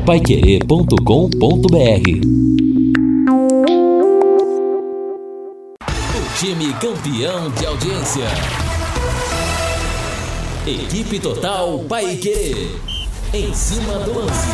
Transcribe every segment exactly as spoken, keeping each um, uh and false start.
paiquerê ponto com ponto br. O time campeão de audiência. Equipe Total Paiquerê. Em cima do lance.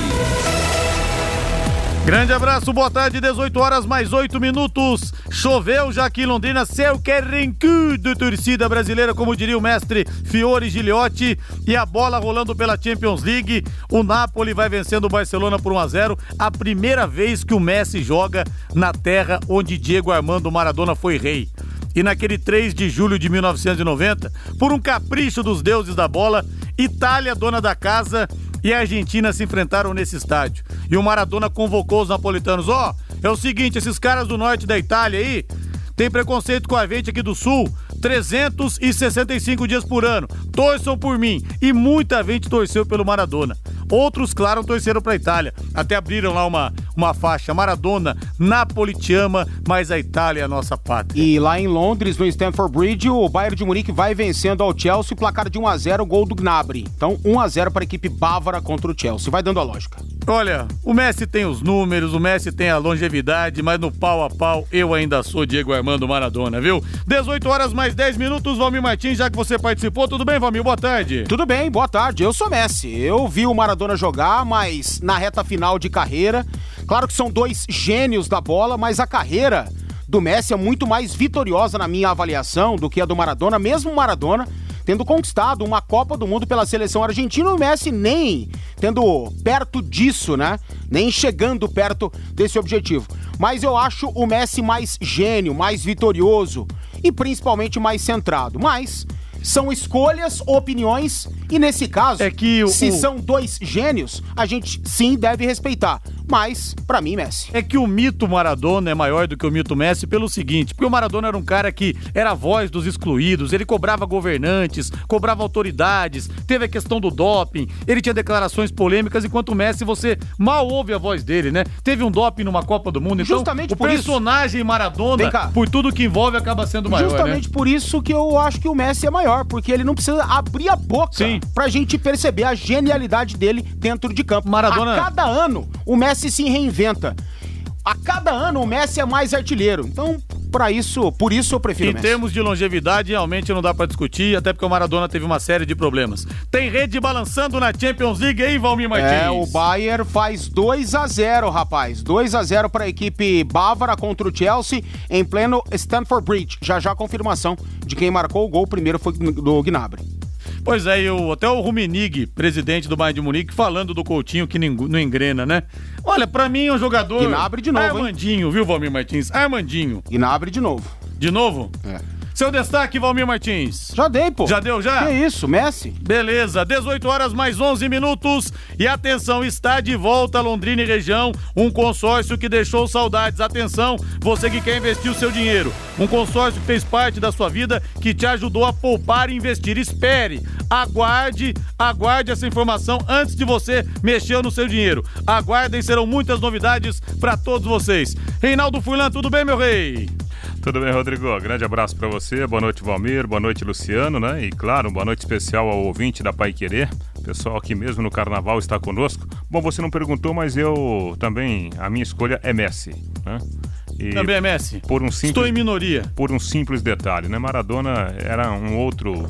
Grande abraço, boa tarde, dezoito horas mais oito minutos. Choveu já aqui em Londrina, céu carrancudo, torcida brasileira, como diria o mestre Fiore Giliotti. E a bola rolando pela Champions League. O Napoli vai vencendo o Barcelona por um a zero. A primeira vez que o Messi joga na terra onde Diego Armando Maradona foi rei. E naquele três de julho de mil novecentos e noventa, por um capricho dos deuses da bola, Itália, dona da casa, e a Argentina se enfrentaram nesse estádio. E o Maradona convocou os napolitanos. Ó, oh, é o seguinte, esses caras do norte da Itália aí tem preconceito com a gente aqui do sul, trezentos e sessenta e cinco dias por ano. Torçam por mim. E muita gente torceu pelo Maradona. Outros, claro, torceram pra Itália. Até abriram lá uma, uma faixa. Maradona, Napoli te ama, mas a Itália é a nossa pátria. E lá em Londres, no Stamford Bridge, o Bayern de Munique vai vencendo ao Chelsea, placar de um a zero, gol do Gnabry. Então, um a zero para a equipe bávara contra o Chelsea. Vai dando a lógica. Olha, o Messi tem os números, o Messi tem a longevidade, mas no pau a pau eu ainda sou Diego Armando Maradona, viu? dezoito horas mais dez minutos, Valmir Martins, já que você participou. Tudo bem, Valmir? Boa tarde. Tudo bem, boa tarde. Eu sou Messi. Eu vi o Maradona jogar, mas na reta final de carreira. Claro que são dois gênios da bola, mas a carreira do Messi é muito mais vitoriosa na minha avaliação do que a do Maradona, mesmo o Maradona tendo conquistado uma Copa do Mundo pela seleção argentina, o Messi nem tendo perto disso, né? Nem chegando perto desse objetivo. Mas eu acho o Messi mais gênio, mais vitorioso e principalmente mais centrado. Mas são escolhas, opiniões, e nesse caso, é que o, se o... são dois gênios, a gente sim deve respeitar. Mas, pra mim, Messi. É que o mito Maradona é maior do que o mito Messi pelo seguinte, porque o Maradona era um cara que era a voz dos excluídos, ele cobrava governantes, cobrava autoridades, teve a questão do doping, ele tinha declarações polêmicas, enquanto o Messi, você mal ouve a voz dele, né? Teve um doping numa Copa do Mundo, então justamente o por personagem isso. Maradona, por tudo que envolve, acaba sendo maior, justamente né? por isso que eu acho que o Messi é maior, porque ele não precisa abrir a boca Sim. pra gente perceber a genialidade dele dentro de campo. Maradona... A cada ano, o Messi se reinventa. A cada ano, o Messi é mais artilheiro. Então, pra isso, por isso eu prefiro em o Messi. Em termos de longevidade, realmente não dá pra discutir, até porque o Maradona teve uma série de problemas. Tem rede balançando na Champions League aí, Valmir Martins? É, o Bayern faz dois a zero, rapaz. dois a zero pra equipe bávara contra o Chelsea em pleno Stamford Bridge. Já já a confirmação de quem marcou o gol. O primeiro foi do Gnabry. Pois é, eu, até o Rummenigge, presidente do Bayern de Munique, falando do Coutinho que não engrena, né? Olha, pra mim é um jogador... Gnabry de novo, Armandinho, hein? Viu, Valmir Martins? Armandinho. Gnabry de novo. De novo? É. Seu destaque, Valmir Martins. Já dei, pô. Já deu, já? Que isso, Messi? Beleza, dezoito horas mais onze minutos. E atenção, está de volta Londrina e região, um consórcio que deixou saudades. Atenção, você que quer investir o seu dinheiro. Um consórcio que fez parte da sua vida, que te ajudou a poupar e investir. Espere, aguarde, aguarde essa informação antes de você mexer no seu dinheiro. Aguardem, serão muitas novidades para todos vocês. Reinaldo Furlan, tudo bem, meu rei? Tudo bem, Rodrigo? Grande abraço para você, boa noite, Valmir, boa noite, Luciano, né? E claro, boa noite especial ao ouvinte da Paiquerê, pessoal aqui mesmo no Carnaval está conosco. Bom, você não perguntou, mas eu também, a minha escolha é Messi, né? E também é Messi? Por um simples, Estou em minoria. Por um simples detalhe, né? Maradona era um outro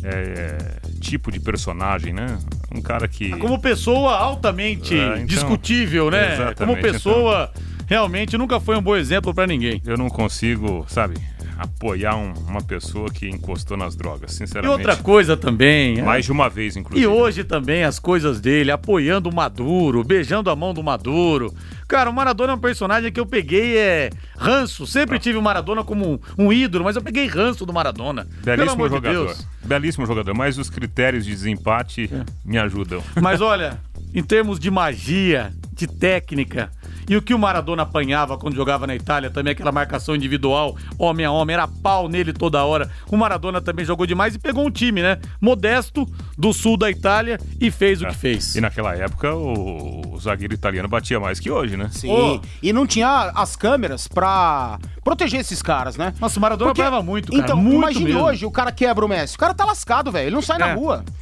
é, tipo de personagem, né? Um cara que... Como pessoa altamente é, então, discutível, né? Exatamente. Como pessoa... Então, realmente nunca foi um bom exemplo pra ninguém. Eu não consigo, sabe, apoiar um, uma pessoa que encostou nas drogas, sinceramente. E outra coisa também... Mais é... de uma vez, inclusive. E hoje também as coisas dele, apoiando o Maduro, beijando a mão do Maduro. Cara, o Maradona é um personagem que eu peguei é ranço. Sempre ah. tive o Maradona como um, um ídolo, mas eu peguei ranço do Maradona. Belíssimo jogador. De Deus. Belíssimo jogador, mas os critérios de desempate é. me ajudam. Mas olha, em termos de magia, de técnica... E o que o Maradona apanhava quando jogava na Itália, também aquela marcação individual, homem a homem, era pau nele toda hora. O Maradona também jogou demais e pegou um time, né? Modesto, do sul da Itália, e fez é. o que fez. E naquela época o, o zagueiro italiano batia mais que hoje, né? Sim, oh. e não tinha as câmeras pra proteger esses caras, né? Nossa, o Maradona apanhava muito, cara. Então, muito imagine mesmo. Hoje, o cara quebra o Messi. O cara tá lascado, velho. Ele não sai é. na rua.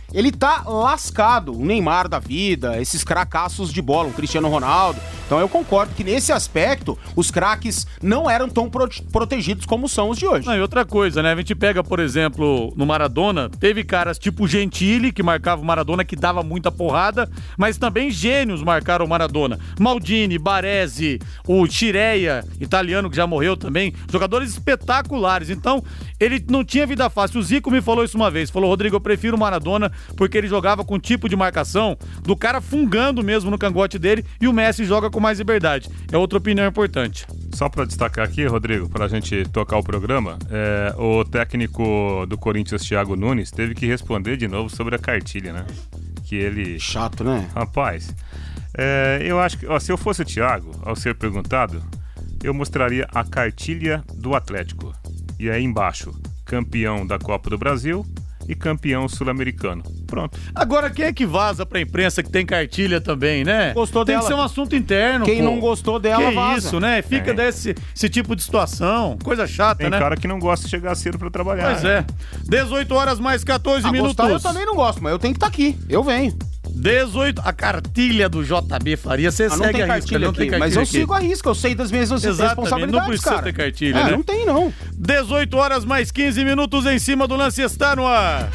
ele tá lascado. O Neymar da vida, esses cracaços de bola, o Cristiano Ronaldo. Então eu concordo que nesse aspecto, os craques não eram tão pro- protegidos como são os de hoje. Não, e outra coisa, né? A gente pega, por exemplo, no Maradona, teve caras tipo Gentili, que marcava o Maradona, que dava muita porrada, mas também gênios marcaram o Maradona. Maldini, Baresi, o Chireia, italiano que já morreu também, jogadores espetaculares. Então, ele não tinha vida fácil. O Zico me falou isso uma vez, falou, Rodrigo, eu prefiro o Maradona porque ele jogava com um tipo de marcação do cara fungando mesmo no cangote dele e o Messi joga com mais liberdade. É outra opinião importante. Só para destacar aqui, Rodrigo, para a gente tocar o programa, é, o técnico do Corinthians, Thiago Nunes, teve que responder de novo sobre a cartilha, né? Que ele... Chato, né? Rapaz, é, eu acho que, ó, se eu fosse o Thiago, ao ser perguntado, eu mostraria a cartilha do Atlético. E aí embaixo, campeão da Copa do Brasil e campeão sul-americano. Pronto. Agora, quem é que vaza pra imprensa que tem cartilha também, né? Gostou tem dela. que ser um assunto interno, Quem pô. não gostou dela, que vaza. isso, né? Fica É. desse esse tipo de situação. Coisa chata, Tem né? cara que não gosta de chegar cedo para trabalhar. Pois é. dezoito horas mais catorze Ah, minutos. gostar eu também não gosto, mas eu tenho que estar aqui. Eu venho. dezoito. A cartilha do J B Faria, você Ah, não segue tem a risca, cartilha não aqui, tem cartilha mas eu aqui. sigo a risca, eu sei das minhas Exatamente, responsabilidades, não precisa cara. ter cartilha, é, né? Não tem, não. dezoito horas mais quinze minutos em cima do lance, está no ar.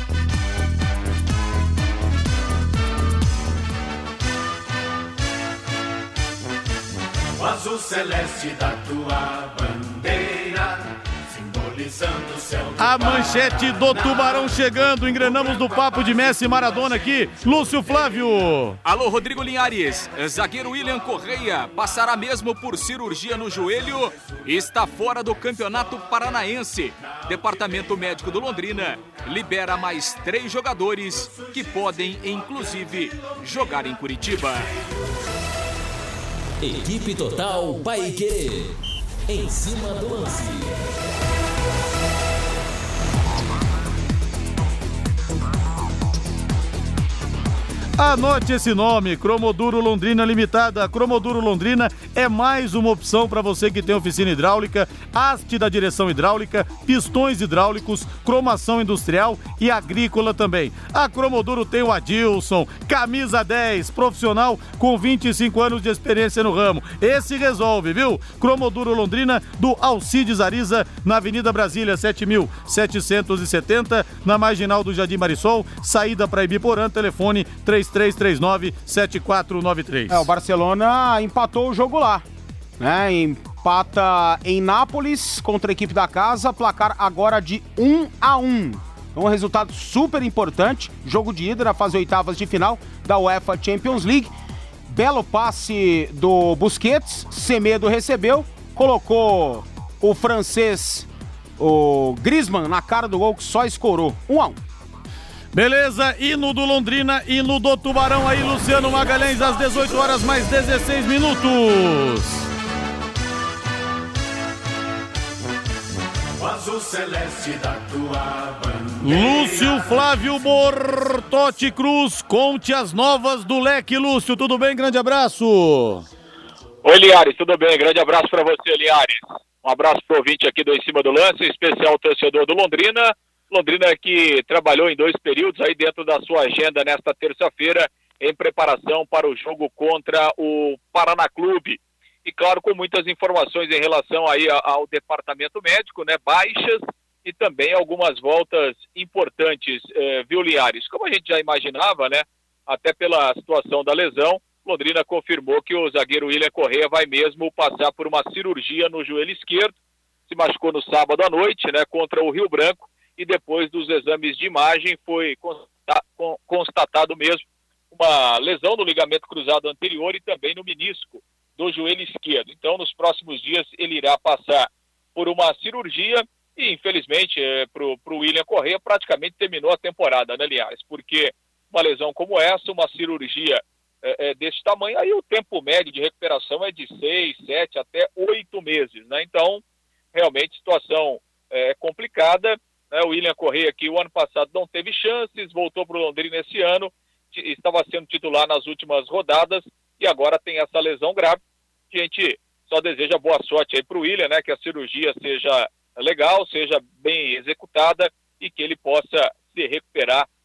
O azul celeste da tua bandeira, simbolizando o céu do A manchete do Tubarão chegando, engrenamos no papo de Messi e Maradona aqui. Lúcio Flávio. Alô, Rodrigo Linhares. Zagueiro William Correia passará mesmo por cirurgia no joelho e está fora do Campeonato Paranaense. Departamento Médico do Londrina libera mais três jogadores que podem, inclusive, jogar em Curitiba. Equipe Total Paiquerê. Em cima do lance. Anote esse nome, Cromoduro Londrina Limitada. Cromoduro Londrina é mais uma opção para você que tem oficina hidráulica, haste da direção hidráulica, pistões hidráulicos, cromação industrial e agrícola também. A Cromoduro tem o Adilson, camisa dez, profissional com vinte e cinco anos de experiência no ramo. Esse resolve, viu? Cromoduro Londrina, do Alcides Ariza, na Avenida Brasília, sete mil setecentos e setenta, na Marginal do Jardim Marisol, saída para Ibiporã, telefone três três três nove, sete quatro nove três. É, o Barcelona empatou o jogo lá, né? Empata em Nápoles contra a equipe da casa, placar agora de um a um. Um resultado super importante, jogo de ida na fase oitavas de final da UEFA Champions League. Belo passe do Busquets, Semedo recebeu, colocou o francês, o Griezmann, na cara do gol que só escorou. um a um. Beleza, hino do Londrina, hino do Tubarão aí, Luciano Magalhães, às dezoito horas mais dezesseis minutos. o azul celeste da tua bandeira. Lúcio Flávio Bortotti Cruz, conte as novas do leque, Lúcio, tudo bem? Grande abraço. Oi, Linhares, tudo bem? Grande abraço para você, Linhares. Um abraço pro ouvinte aqui do Em Cima do Lance, especial torcedor do Londrina. Londrina que trabalhou em dois períodos aí dentro da sua agenda nesta terça-feira em preparação para o jogo contra o Paraná Clube. E claro, com muitas informações em relação aí ao departamento médico, né? Baixas e também algumas voltas importantes, eh, viu, Linhares? Como a gente já imaginava, né? Até pela situação da lesão, Londrina confirmou que o zagueiro William Correia vai mesmo passar por uma cirurgia no joelho esquerdo. Se machucou no sábado à noite, né? Contra o Rio Branco. E depois dos exames de imagem foi constatado mesmo uma lesão no ligamento cruzado anterior e também no menisco do joelho esquerdo. Então, nos próximos dias, ele irá passar por uma cirurgia e, infelizmente, é, para o William Correia, praticamente terminou a temporada, né, Linhares? Porque uma lesão como essa, uma cirurgia é, é, desse tamanho, aí o tempo médio de recuperação é de seis, sete, até oito meses, né? Então, realmente, situação é, complicada. O William Correia, que o ano passado não teve chances, voltou para o Londrina esse ano, estava sendo titular nas últimas rodadas e agora tem essa lesão grave, que a gente só deseja boa sorte aí para o William, né? Que a cirurgia seja legal, seja bem executada e que ele possa se recuperar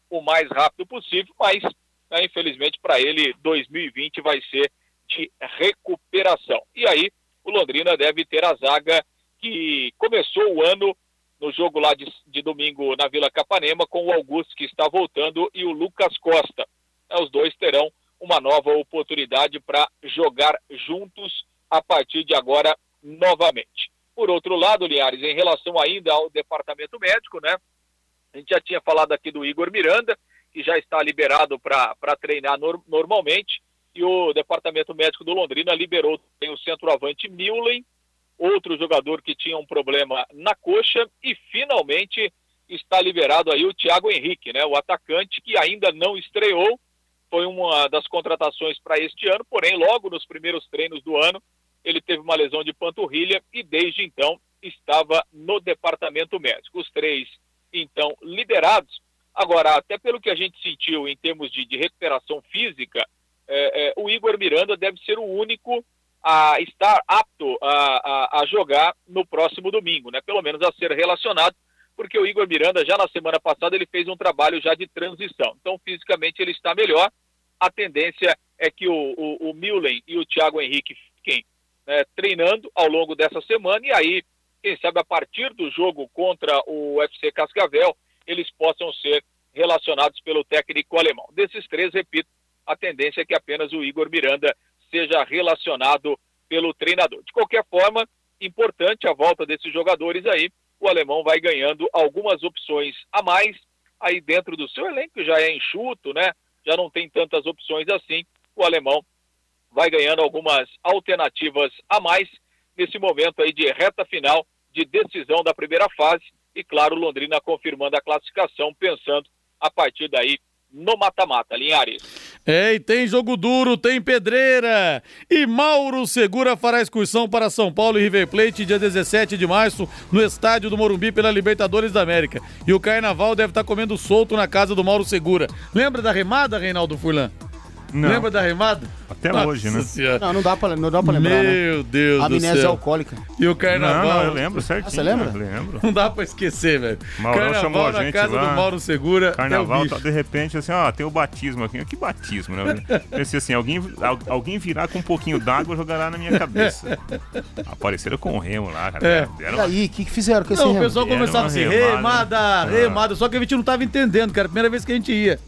o mais rápido possível, mas, né, infelizmente, para ele, dois mil e vinte vai ser de recuperação. E aí, o Londrina deve ter a zaga que começou o ano no jogo lá de, de domingo na Vila Capanema, com o Augusto, que está voltando, e o Lucas Costa. Os dois terão uma nova oportunidade para jogar juntos a partir de agora novamente. Por outro lado, Linhares, em relação ainda ao departamento médico, né? A gente já tinha falado aqui do Igor Miranda, que já está liberado para treinar no, normalmente, e o departamento médico do Londrina liberou tem o centroavante Milen, outro jogador que tinha um problema na coxa, e finalmente está liberado aí o Thiago Henrique, né? O atacante que ainda não estreou, foi uma das contratações para este ano, porém logo nos primeiros treinos do ano ele teve uma lesão de panturrilha e desde então estava no departamento médico. Os três então liberados. Agora, até pelo que a gente sentiu em termos de, de recuperação física, é, é, o Igor Miranda deve ser o único a estar apto a, a, a jogar no próximo domingo, né? Pelo menos a ser relacionado, porque o Igor Miranda já na semana passada ele fez um trabalho já de transição. Então fisicamente ele está melhor. A tendência é que o, o, o Milen e o Thiago Henrique fiquem, né, treinando ao longo dessa semana, e aí, quem sabe a partir do jogo contra o U F C Cascavel, eles possam ser relacionados pelo técnico alemão. Desses três, repito, a tendência é que apenas o Igor Miranda seja relacionado pelo treinador. De qualquer forma, importante a volta desses jogadores aí, o alemão vai ganhando algumas opções a mais, aí dentro do seu elenco, que já é enxuto, né? Já não tem tantas opções assim, o alemão vai ganhando algumas alternativas a mais nesse momento aí de reta final de decisão da primeira fase, e claro, Londrina confirmando a classificação, pensando a partir daí no mata-mata, Linhares. É, e tem jogo duro, tem pedreira. E Mauro Segura fará excursão para São Paulo e River Plate dia dezessete de março no estádio do Morumbi pela Libertadores da América. E o Carnaval deve estar comendo solto na casa do Mauro Segura. Lembra da remada, Reinaldo Furlan? Não. Lembra da remada? Até Nossa hoje, né? Senhora. Não, não dá pra, não dá pra lembrar, Meu né? Deus do Amnésia céu. alcoólica. E o Carnaval... Não, não, eu lembro certinho. Ah, você lembra? Eu lembro. Não dá pra esquecer, velho. Maurão chamou Carnaval a na gente casa lá. do Mauro Segura. Carnaval, é o tá, bicho. de repente, assim, ó, tem o batismo aqui. Que batismo, né? Pensei assim, alguém, al- alguém virar com um pouquinho d'água e jogar lá na minha cabeça. Apareceram com o remo lá, cara. É. Deram E uma- aí, o que, que fizeram com esse Não, o remo? pessoal Era começava uma assim, remada. remada, Ah. remada, só que a gente não tava entendendo, cara, a primeira vez que a gente ia.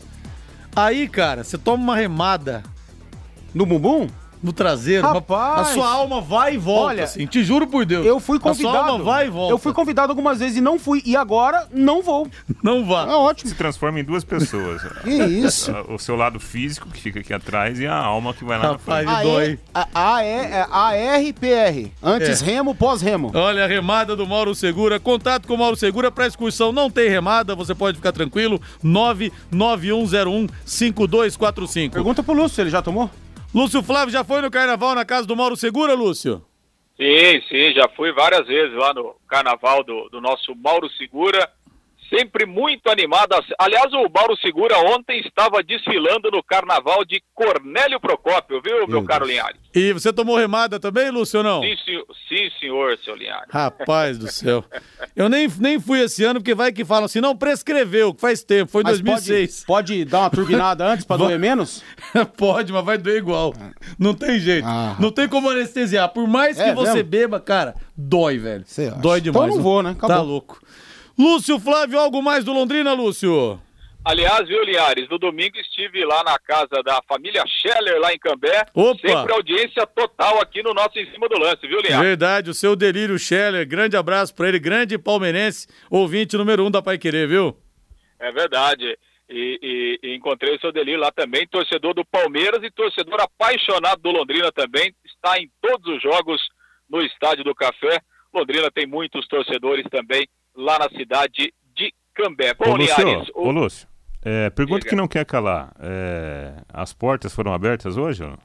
Aí, cara, você toma uma remada No bumbum? no traseiro, Rapaz! a sua alma vai e volta, Olha, assim, te juro por Deus. Eu fui A sua convidado. alma vai e volta. Eu fui convidado algumas vezes e não fui. E agora não vou. Não vá. É ótimo. Se transforma em duas pessoas. Que isso? O seu lado físico, que fica aqui atrás, e a alma que vai lá Rapaz, na frente. ele dói. A, a, é, A R P R. Antes É. remo, pós-remo. Olha a remada do Mauro Segura, contato com o Mauro Segura para excursão, não tem remada, você pode ficar tranquilo, nove nove um zero um cinco dois quatro cinco. Pergunta pro Lúcio, ele já tomou? Lúcio Flávio já foi no Carnaval na casa do Mauro Segura, Lúcio? Sim, sim, já fui várias vezes lá no carnaval do, do nosso Mauro Segura, sempre muito animado. Aliás, o Mauro Segura ontem estava desfilando no carnaval de Cornélio Procópio, viu, meu, caro Linhares? E você tomou remada também, Lúcio, ou não? Sim, senhor, sim, senhor, seu Linhares. Rapaz do céu. Eu nem, nem fui esse ano, porque vai que falam assim, não, prescreveu, que faz tempo, foi em Mas dois mil e seis. Pode, pode dar uma turbinada antes pra doer menos? Pode, mas vai doer igual. Não tem jeito. Ah. Não tem como anestesiar. Por mais que É você mesmo? beba, cara, dói, velho. Cê acha? Dói demais. Então eu não vou, né? Acabou. Tá louco. Lúcio Flávio, algo mais do Londrina, Lúcio? Aliás, viu, Linhares, no domingo estive lá na casa da família Scheller, lá em Cambé. Opa! Sempre audiência total aqui no nosso Em Cima do Lance, viu, Linhares? Verdade, o seu Delírio Scheller, grande abraço pra ele, grande palmeirense, ouvinte número um da Paiquerê, viu? É verdade. E, e- e encontrei o seu Delírio lá também, torcedor do Palmeiras e torcedor apaixonado do Londrina também. Está em todos os jogos no Estádio do Café. Londrina tem muitos torcedores também lá na cidade de Cambé. Bom, Ô, Lúcio, Linhares, o- ô, Lúcio, é, pergunta Diga. que não quer calar. É, as portas foram abertas hoje? Ou não?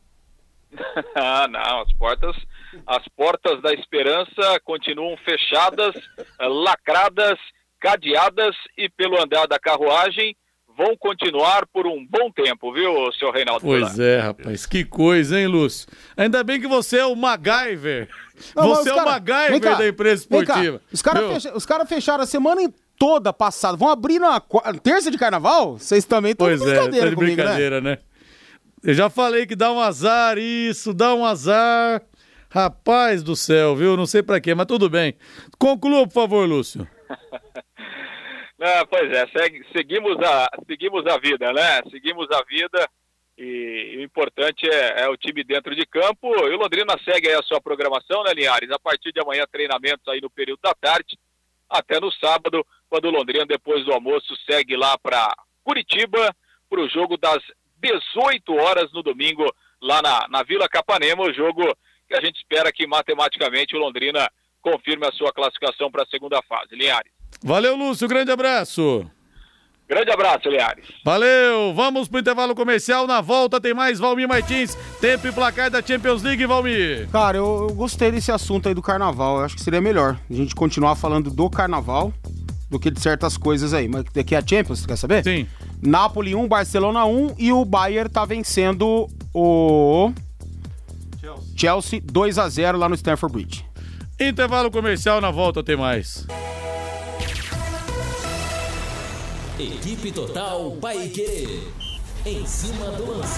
Ah, não, as portas, as portas da esperança continuam fechadas, lacradas, cadeadas e pelo andar da carruagem vão continuar por um bom tempo, viu, senhor Reinaldo? Pois é, rapaz, que coisa, hein, Lúcio? Ainda bem que você é o MacGyver. Não, mas você os é o cara- MacGyver vem cá, da imprensa vem cá. esportiva. Os caras Viu? fecha, os cara fecharam a semana in- toda passada. Vão abrir na qu- terça de carnaval? Vocês também estão de Pois é, brincadeira tá de comigo, brincadeira, né? né? Eu já falei que dá um azar isso, dá um azar. Rapaz do céu, viu? Não sei pra quê, mas tudo bem. Conclua, por favor, Lúcio. Não, pois é, segue, seguimos, a, seguimos a vida, né? Seguimos a vida e, e o importante é, é o time dentro de campo. E o Londrina segue aí a sua programação, né, Linhares? A partir de amanhã, treinamentos aí no período da tarde, até no sábado, quando o Londrina, depois do almoço, segue lá para Curitiba, para o jogo das dezoito horas no domingo, lá na, na Vila Capanema, o jogo que a gente espera que matematicamente o Londrina confirme a sua classificação para a segunda fase. Linhares. Valeu, Lúcio, grande abraço. Grande abraço, Linhares. Valeu, vamos pro intervalo comercial, na volta tem mais Valmir Martins, tempo e placar da Champions League, Valmir. Cara, eu, eu gostei desse assunto aí do carnaval, eu acho que seria melhor a gente continuar falando do carnaval do que de certas coisas aí, mas daqui a Champions, você quer saber? Sim. Napoli um, Barcelona um e o Bayern tá vencendo o Chelsea, Chelsea dois a zero lá no Stamford Bridge. Intervalo comercial, na volta tem mais. Equipe Total Paiquerê. Em cima do lance.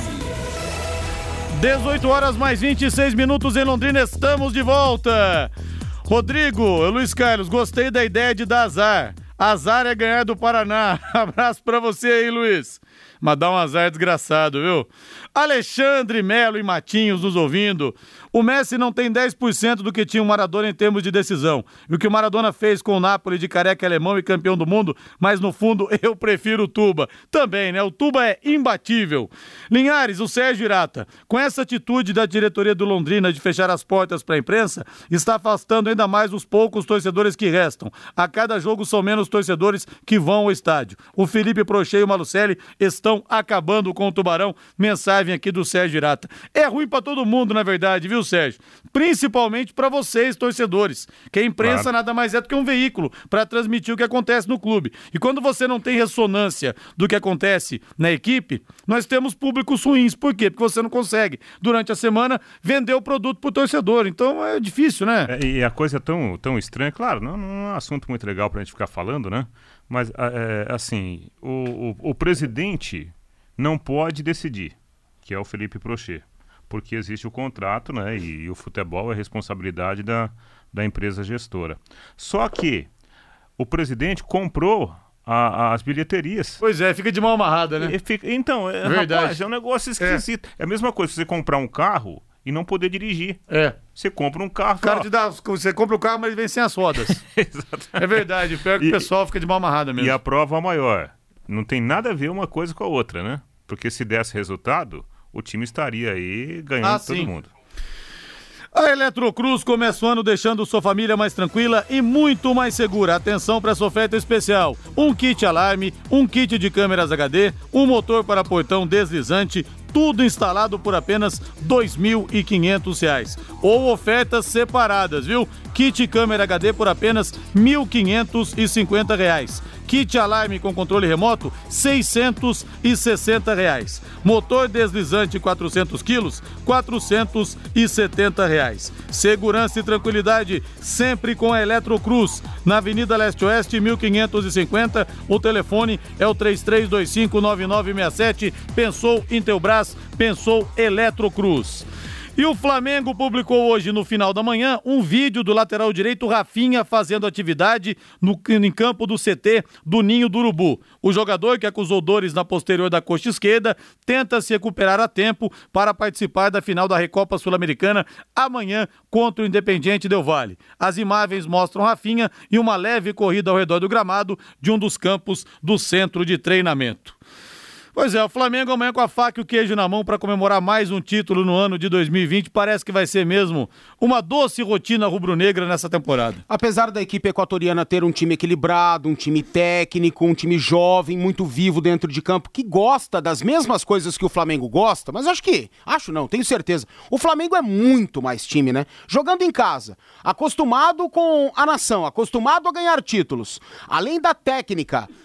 dezoito horas mais vinte e seis minutos em Londrina, estamos de volta. Rodrigo, Luiz Carlos, gostei da ideia de dar azar. Azar é ganhar do Paraná. Abraço pra você aí, Luiz. Mas dá um azar desgraçado, viu? Alexandre Melo e Matinhos nos ouvindo. O Messi não tem dez por cento do que tinha o Maradona em termos de decisão. E o que o Maradona fez com o Napoli de careca alemão e campeão do mundo, mas no fundo eu prefiro o Tuba. Também, né? O Tuba é imbatível. Linhares, o Sérgio Irata, com essa atitude da diretoria do Londrina de fechar as portas para a imprensa, está afastando ainda mais os poucos torcedores que restam. A cada jogo são menos torcedores que vão ao estádio. O Felipe Prochê e o Malucelli estão acabando com o Tubarão. Mensagem aqui do Sérgio Irata. É ruim pra todo mundo, na verdade, viu, Sérgio? Principalmente pra vocês, torcedores, que a imprensa claro. Nada mais é do que um veículo pra transmitir o que acontece no clube. E quando você não tem ressonância do que acontece na equipe, nós temos públicos ruins. Por quê? Porque você não consegue, durante a semana, vender o produto pro torcedor. Então é difícil, né? É, e a coisa é tão, tão estranha, claro, não, não é um assunto muito legal pra gente ficar falando, né? Mas, é, assim, o, o, o presidente não pode decidir, que é o Felipe Prochê, porque existe o contrato, né, e, e o futebol é responsabilidade da, da empresa gestora. Só que o presidente comprou a, a, as bilheterias. Pois é, fica de mão amarrada, né? E fica, então, é, rapaz, é um negócio esquisito. É. é a mesma coisa se você comprar um carro e não poder dirigir. É. Você compra um carro... O cara te dá, você compra o carro, mas ele vem sem as rodas. Exatamente. É verdade, pior que e, o pessoal fica de mão amarrada mesmo. E a prova maior, não tem nada a ver uma coisa com a outra, né? Porque se desse resultado, o time estaria aí ganhando ah, todo sim. mundo. A Eletrocruz começa o ano deixando sua família mais tranquila e muito mais segura. Atenção para essa oferta especial. Um kit alarme, um kit de câmeras H D, um motor para portão deslizante, tudo instalado por apenas dois mil e quinhentos reais. Ou ofertas separadas, viu? Kit câmera H D por apenas mil quinhentos e cinquenta reais. Kit alarme com controle remoto, seiscentos e sessenta reais. Motor deslizante quatrocentos quilos, quatrocentos e setenta reais. Segurança e tranquilidade sempre com a Eletrocruz. Na Avenida Leste-Oeste, mil quinhentos e cinquenta. O telefone é o três três dois cinco, nove nove seis sete. Pensou Intelbras, pensou Eletrocruz. E o Flamengo publicou hoje, no final da manhã, um vídeo do lateral direito Rafinha fazendo atividade no, em campo do C T do Ninho do Urubu. O jogador, que acusou dores na posterior da coxa esquerda, tenta se recuperar a tempo para participar da final da Recopa Sul-Americana amanhã contra o Independiente Del Valle. As imagens mostram Rafinha em uma leve corrida ao redor do gramado de um dos campos do centro de treinamento. Pois é, o Flamengo amanhã com a faca e o queijo na mão para comemorar mais um título no ano de dois mil e vinte. Parece que vai ser mesmo uma doce rotina rubro-negra nessa temporada. Apesar da equipe equatoriana ter um time equilibrado, um time técnico, um time jovem, muito vivo dentro de campo, que gosta das mesmas coisas que o Flamengo gosta, mas acho que, acho não, tenho certeza, o Flamengo é muito mais time, né? Jogando em casa, acostumado com a nação, acostumado a ganhar títulos, além da técnica,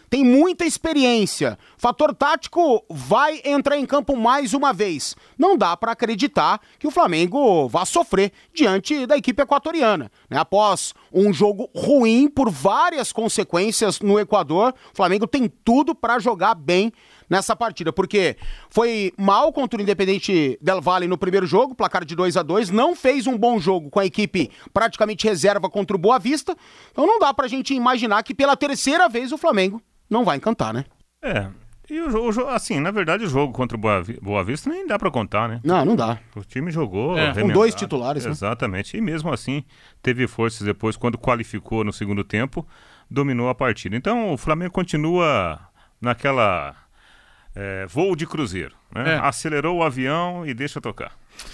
tem muita experiência. Fator tático vai entrar em campo mais uma vez. Não dá para acreditar que o Flamengo vá sofrer diante da equipe equatoriana, né? Após um jogo ruim por várias consequências no Equador, o Flamengo tem tudo para jogar bem nessa partida, porque foi mal contra o Independente Del Valle no primeiro jogo, placar de dois a dois, não fez um bom jogo com a equipe praticamente reserva contra o Boa Vista, então não dá pra gente imaginar que pela terceira vez o Flamengo não vai encantar, né? É, e o jogo, assim, na verdade o jogo contra o Boa, Boa Vista nem dá pra contar, né? Não, não dá. O time jogou... É, com dois titulares, né? Exatamente, e mesmo assim teve forças depois, quando qualificou no segundo tempo, dominou a partida. Então o Flamengo continua naquela... É, voo de cruzeiro, né? É. Acelerou o avião e deixa tocar.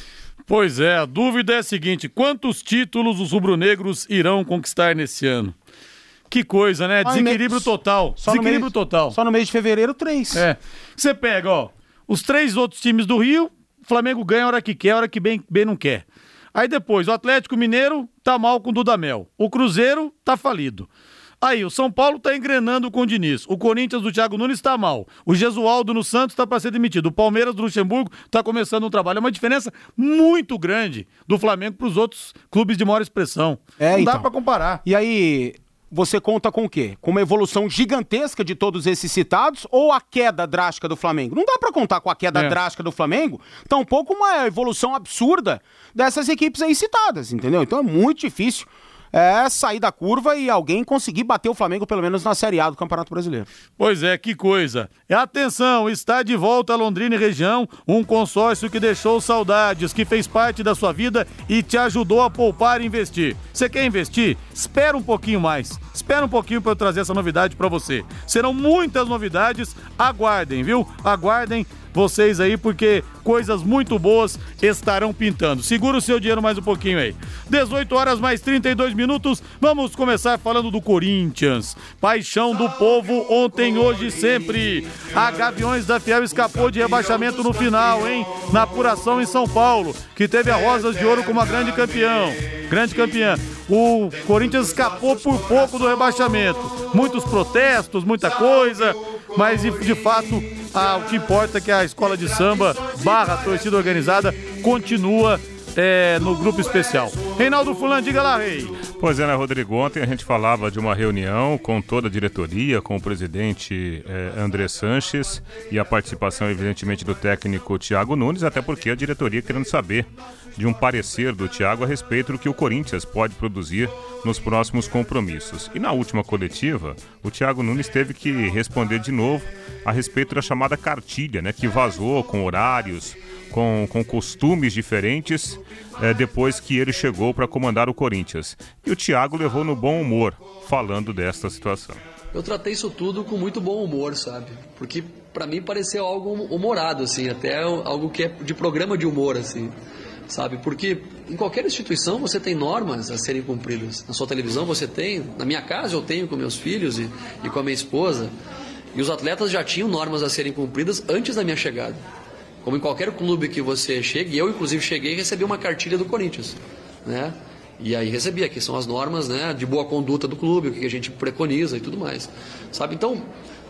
Pois é, a dúvida é a seguinte: quantos títulos os rubro-negros irão conquistar nesse ano? Que coisa, né? Desequilíbrio total. Só Desequilíbrio mês, total. Só no mês de fevereiro, três. É. Você pega, ó, os três outros times do Rio, o Flamengo ganha a hora que quer, a hora que bem, bem não quer. Aí depois, o Atlético Mineiro tá mal com o Dudamel. O Cruzeiro tá falido. Aí, o São Paulo tá engrenando com o Diniz. O Corinthians do Thiago Nunes tá mal. O Gesualdo no Santos tá para ser demitido. O Palmeiras do Luxemburgo tá começando um trabalho. É uma diferença muito grande do Flamengo pros outros clubes de maior expressão. É, não então. dá pra comparar. E aí, você conta com o quê? Com uma evolução gigantesca de todos esses citados ou a queda drástica do Flamengo? Não dá pra contar com a queda É. drástica do Flamengo, tampouco uma evolução absurda dessas equipes aí citadas, entendeu? Então é muito difícil é sair da curva e alguém conseguir bater o Flamengo pelo menos na Série A do Campeonato Brasileiro. Pois é, que coisa. Atenção, está de volta a Londrina e região, um consórcio que deixou saudades, que fez parte da sua vida e te ajudou a poupar e investir. Você quer investir? Espera um pouquinho mais. Espera um pouquinho para eu trazer essa novidade para você. Serão muitas novidades, aguardem, viu? Aguardem vocês aí, porque coisas muito boas estarão pintando. Segura o seu dinheiro mais um pouquinho aí. dezoito horas mais trinta e dois minutos, vamos começar falando do Corinthians. Paixão do povo ontem, hoje e sempre. A Gaviões da Fiel escapou de rebaixamento no final, hein? Na apuração em São Paulo, que teve a Rosas de Ouro como a grande campeão. Grande campeã. O Corinthians escapou por pouco do rebaixamento. Muitos protestos, muita coisa, mas de fato ah, o que importa é que a escola de samba barra torcida organizada continua é, no grupo especial. Reinaldo Fulano, diga lá, Rei. Pois é, né, Rodrigo? Ontem a gente falava de uma reunião com toda a diretoria, com o presidente eh, André Sanches e a participação, evidentemente, do técnico Thiago Nunes, até porque a diretoria querendo saber de um parecer do Thiago a respeito do que o Corinthians pode produzir nos próximos compromissos. E na última coletiva, o Thiago Nunes teve que responder de novo a respeito da chamada cartilha, né, que vazou com horários, com, com costumes diferentes, é, depois que ele chegou para comandar o Corinthians. E o Thiago levou no bom humor, falando desta situação. Eu tratei isso tudo com muito bom humor, sabe? Porque para mim pareceu algo humorado, assim, até algo que é de programa de humor, assim, sabe? Porque em qualquer instituição você tem normas a serem cumpridas. Na sua televisão você tem, na minha casa eu tenho com meus filhos e, e com a minha esposa. E os atletas já tinham normas a serem cumpridas antes da minha chegada. Como em qualquer clube que você chegue, eu inclusive cheguei e recebi uma cartilha do Corinthians, né? E aí recebi, aqui são as normas, né, de boa conduta do clube, o que a gente preconiza e tudo mais, sabe? Então, uh,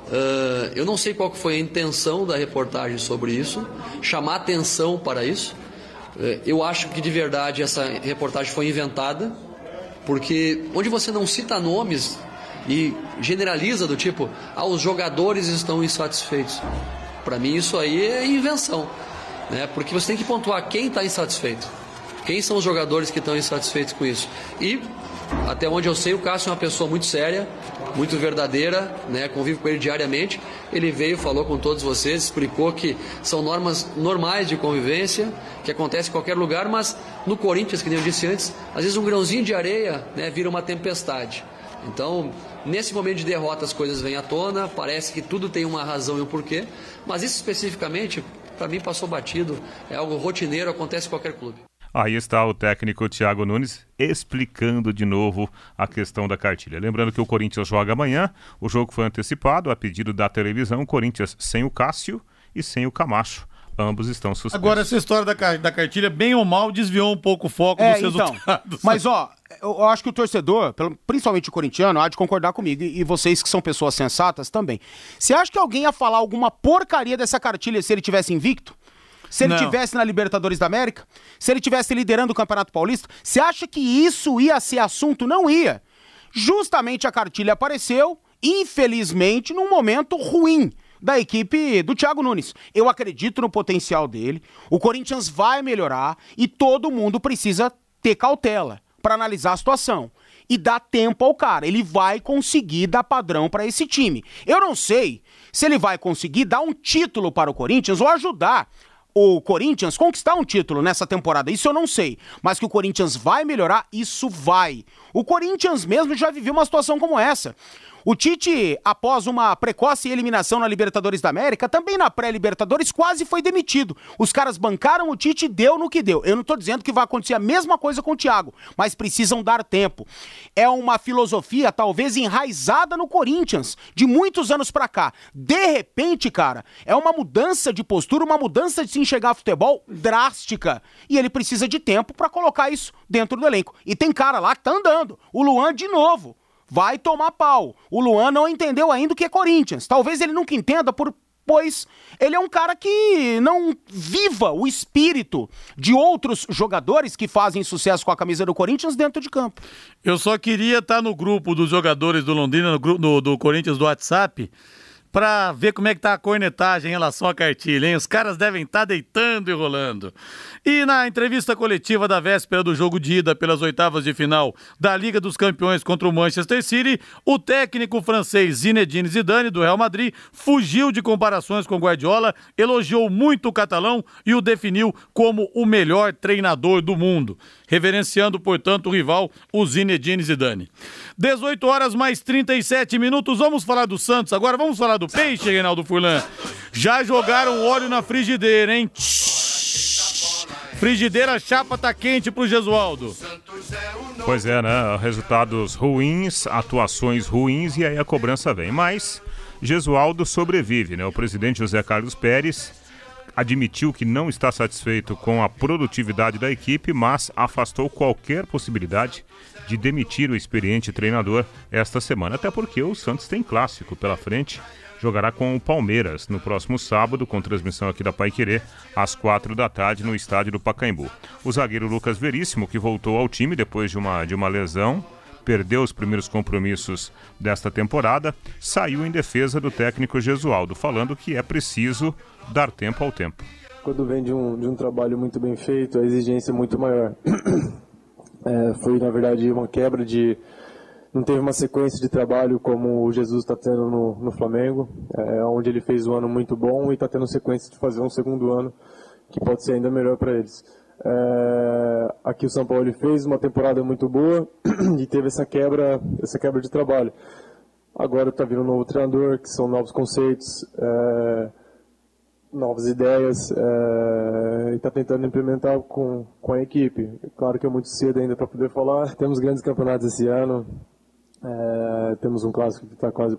eu não sei qual que foi a intenção da reportagem sobre isso, chamar atenção para isso. Uh, eu acho que de verdade essa reportagem foi inventada, porque onde você não cita nomes e generaliza do tipo, ah, os jogadores estão insatisfeitos. Para mim isso aí é invenção, né? Porque você tem que pontuar quem está insatisfeito. Quem são os jogadores que estão insatisfeitos com isso? E, até onde eu sei, o Cássio é uma pessoa muito séria, muito verdadeira, né? Convivo com ele diariamente. Ele veio, falou com todos vocês, explicou que são normas normais de convivência, que acontece em qualquer lugar, mas no Corinthians, que nem eu disse antes, às vezes um grãozinho de areia, né, vira uma tempestade. Então, nesse momento de derrota as coisas vêm à tona, parece que tudo tem uma razão e um porquê, mas isso especificamente, para mim, passou batido, é algo rotineiro, acontece em qualquer clube. Aí está o técnico Thiago Nunes explicando de novo a questão da cartilha. Lembrando que o Corinthians joga amanhã, o jogo foi antecipado a pedido da televisão, o Corinthians sem o Cássio e sem o Camacho. ambos estão suspensos. Agora, essa história da, da cartilha, bem ou mal, desviou um pouco o foco é, dos então, resultados. Mas, ó, eu, eu acho que o torcedor, principalmente o corintiano, há de concordar comigo, e, e vocês que são pessoas sensatas também. Você acha que alguém ia falar alguma porcaria dessa cartilha se ele tivesse invicto? Se ele tivesse na Libertadores da América? Se ele tivesse liderando o Campeonato Paulista? Você acha que isso ia ser assunto? Não ia. Justamente a cartilha apareceu, infelizmente, num momento ruim da equipe do Thiago Nunes. Eu acredito no potencial dele, o Corinthians vai melhorar e todo mundo precisa ter cautela para analisar a situação e dar tempo ao cara. Ele vai conseguir dar padrão para esse time. Eu não sei se ele vai conseguir dar um título para o Corinthians ou ajudar o Corinthians conquistar um título nessa temporada, isso eu não sei, mas que o Corinthians vai melhorar, isso vai. O Corinthians mesmo já viveu uma situação como essa. O Tite, após uma precoce eliminação na Libertadores da América, também na pré-Libertadores, quase foi demitido. Os caras bancaram o Tite e deu no que deu. Eu não tô dizendo que vai acontecer a mesma coisa com o Thiago, mas precisam dar tempo. É uma filosofia, talvez, enraizada no Corinthians, de muitos anos pra cá. De repente, cara, é uma mudança de postura, uma mudança de se enxergar futebol drástica. E ele precisa de tempo pra colocar isso dentro do elenco. E tem cara lá que tá andando. O Luan, de novo, vai tomar pau. O Luan não entendeu ainda o que é Corinthians. Talvez ele nunca entenda, por, pois ele é um cara que não viva o espírito de outros jogadores que fazem sucesso com a camisa do Corinthians dentro de campo. Eu só queria estar no grupo dos jogadores do Londrina, no grupo do, do Corinthians do WhatsApp, pra ver como é que tá a cornetagem em relação à cartilha, hein? Os caras devem estar deitando e rolando. E na entrevista coletiva da véspera do jogo de ida pelas oitavas de final da Liga dos Campeões contra o Manchester City, o técnico francês Zinedine Zidane, do Real Madrid, fugiu de comparações com Guardiola, elogiou muito o catalão e o definiu como o melhor treinador do mundo, reverenciando, portanto, o rival, o Zinedine Zidane. dezoito horas mais trinta e sete minutos, vamos falar do Santos, agora vamos falar do peixe, Reinaldo Furlan. Já jogaram óleo na frigideira, hein? Frigideira, a chapa tá quente pro Gesualdo. Pois é, né? Resultados ruins, atuações ruins e aí a cobrança vem. Mas Gesualdo sobrevive, né? O presidente José Carlos Pérez admitiu que não está satisfeito com a produtividade da equipe, mas afastou qualquer possibilidade de demitir o experiente treinador esta semana. Até porque o Santos tem clássico pela frente. Jogará com o Palmeiras no próximo sábado, com transmissão aqui da Paiquerê, às quatro da tarde, no estádio do Pacaembu. O zagueiro Lucas Veríssimo, que voltou ao time depois de uma, de uma lesão, perdeu os primeiros compromissos desta temporada, saiu em defesa do técnico Gesualdo, falando que é preciso dar tempo ao tempo. Quando vem de um, de um trabalho muito bem feito, a exigência é muito maior. É, foi, na verdade, uma quebra de... Não teve uma sequência de trabalho como o Jesus está tendo no, no Flamengo, é, onde ele fez um ano muito bom e está tendo sequência de fazer um segundo ano que pode ser ainda melhor para eles. É, aqui o São Paulo fez uma temporada muito boa e teve essa quebra, essa quebra de trabalho. Agora está vindo um novo treinador, que são novos conceitos, é, novas ideias, é, e está tentando implementar com, com a equipe. Claro que é muito cedo ainda para poder falar. Temos grandes campeonatos esse ano. É, temos um clássico que está quase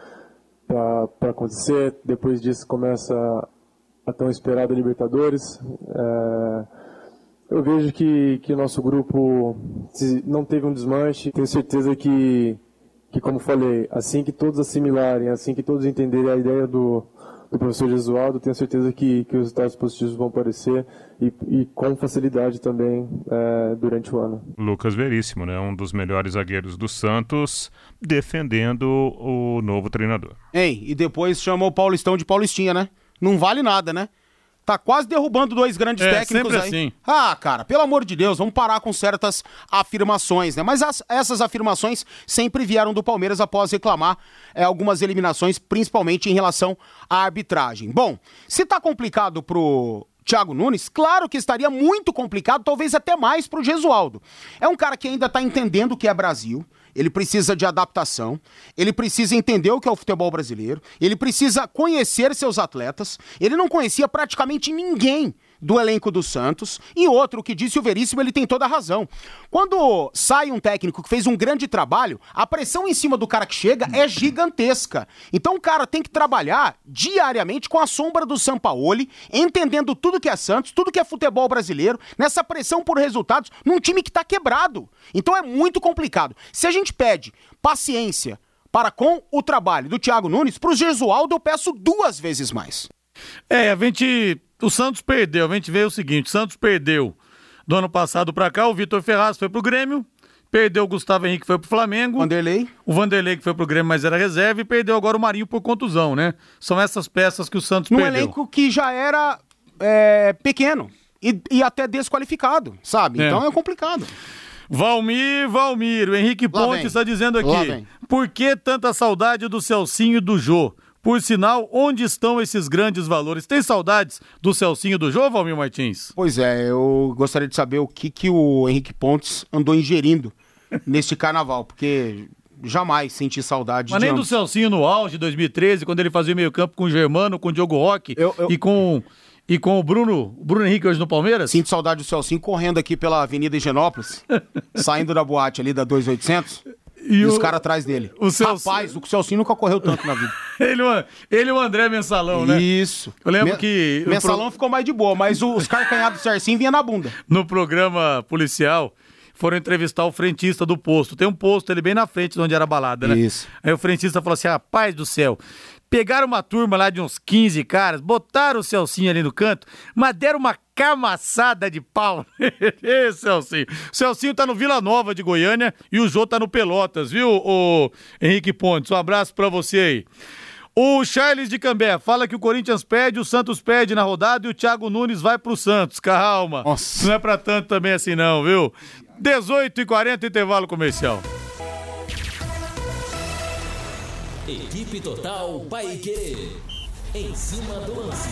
para acontecer. Depois disso começa a tão esperada Libertadores. É, eu vejo que que o nosso grupo não teve um desmanche. Tenho certeza que, que, como falei, assim que todos assimilarem, assim que todos entenderem a ideia do, do professor Gesualdo, tenho certeza que, que os resultados positivos vão aparecer e, e com facilidade também é, durante o ano. Lucas Veríssimo, né, um dos melhores zagueiros do Santos, defendendo o novo treinador. Ei, e depois chamou o Paulistão de Paulistinha, né? Não vale nada, né? Tá quase derrubando dois grandes é, técnicos sempre aí. Assim. Ah, cara, pelo amor de Deus, vamos parar com certas afirmações, né? Mas as, essas afirmações sempre vieram do Palmeiras após reclamar é, algumas eliminações, principalmente em relação à arbitragem. Bom, se tá complicado pro Thiago Nunes, claro que estaria muito complicado, talvez até mais pro Gesualdo. É um cara que ainda tá entendendo o que é Brasil. Ele precisa de adaptação, ele precisa entender o que é o futebol brasileiro, ele precisa conhecer seus atletas. Ele não conhecia praticamente ninguém do elenco do Santos. E outro, que disse o Veríssimo, ele tem toda a razão. Quando sai um técnico que fez um grande trabalho, a pressão em cima do cara que chega é gigantesca. Então o cara tem que trabalhar diariamente com a sombra do Sampaoli, entendendo tudo que é Santos, tudo que é futebol brasileiro, nessa pressão por resultados, num time que tá quebrado. Então é muito complicado. Se a gente pede paciência para com o trabalho do Thiago Nunes, pro Gesualdo eu peço duas vezes mais. É, a gente... O Santos perdeu, a gente vê o seguinte, o Santos perdeu do ano passado pra cá, o Vitor Ferraz foi pro Grêmio, perdeu o Gustavo Henrique, foi pro Flamengo. Vanderlei. O Vanderlei que foi pro Grêmio, mas era reserva, e perdeu agora o Marinho por contusão, né? São essas peças que o Santos Num perdeu. Um elenco que já era é, pequeno e, e até desqualificado, sabe? É. Então é complicado. Valmir, Valmir, o Henrique Ponte está dizendo aqui, por que tanta saudade do Celcinho e do Jô? Por sinal, onde estão esses grandes valores? Tem saudades do Celcinho e do Jô, Valmir Martins? Pois é, eu gostaria de saber o que, que o Henrique Pontes andou ingerindo neste carnaval, porque jamais senti saudade Mas de nem ambos. do Celcinho no auge de dois mil e treze, quando ele fazia meio campo com o Germano, com o Diogo Roque Eu- eu- e com... E com o Bruno, o Bruno Henrique hoje no Palmeiras? Sinto saudade do Celcinho correndo aqui pela Avenida Higienópolis, saindo da boate ali da dois mil e oitocentos, e, o- os caras atrás dele. o Celci- Rapaz, o Celcinho nunca correu tanto na vida. Ele, o- ele e o André Mensalão, né? Isso. Eu lembro Me- que... o Mensalão ficou mais de boa, mas o- os carcanhados do Cercinho vinha na bunda. no programa policial, foram entrevistar o frentista do posto. Tem um posto ali bem na frente de onde era a balada, né? Isso. Aí o frentista falou assim, rapaz do céu, pegaram uma turma lá de uns quinze caras, botaram o Celcinho ali no canto, mas deram uma camaçada de pau. Ê, Celcinho. O Celcinho tá no Vila Nova de Goiânia e o Jô tá no Pelotas, viu, o Henrique Pontes? Um abraço pra você aí. O Charles de Cambé fala que o Corinthians perde, o Santos perde na rodada e o Thiago Nunes vai pro Santos. Calma. Nossa. Não é pra tanto também assim não, viu? dezoito e quarenta, intervalo comercial. Equipe Total Paiquerê. Em cima do lance.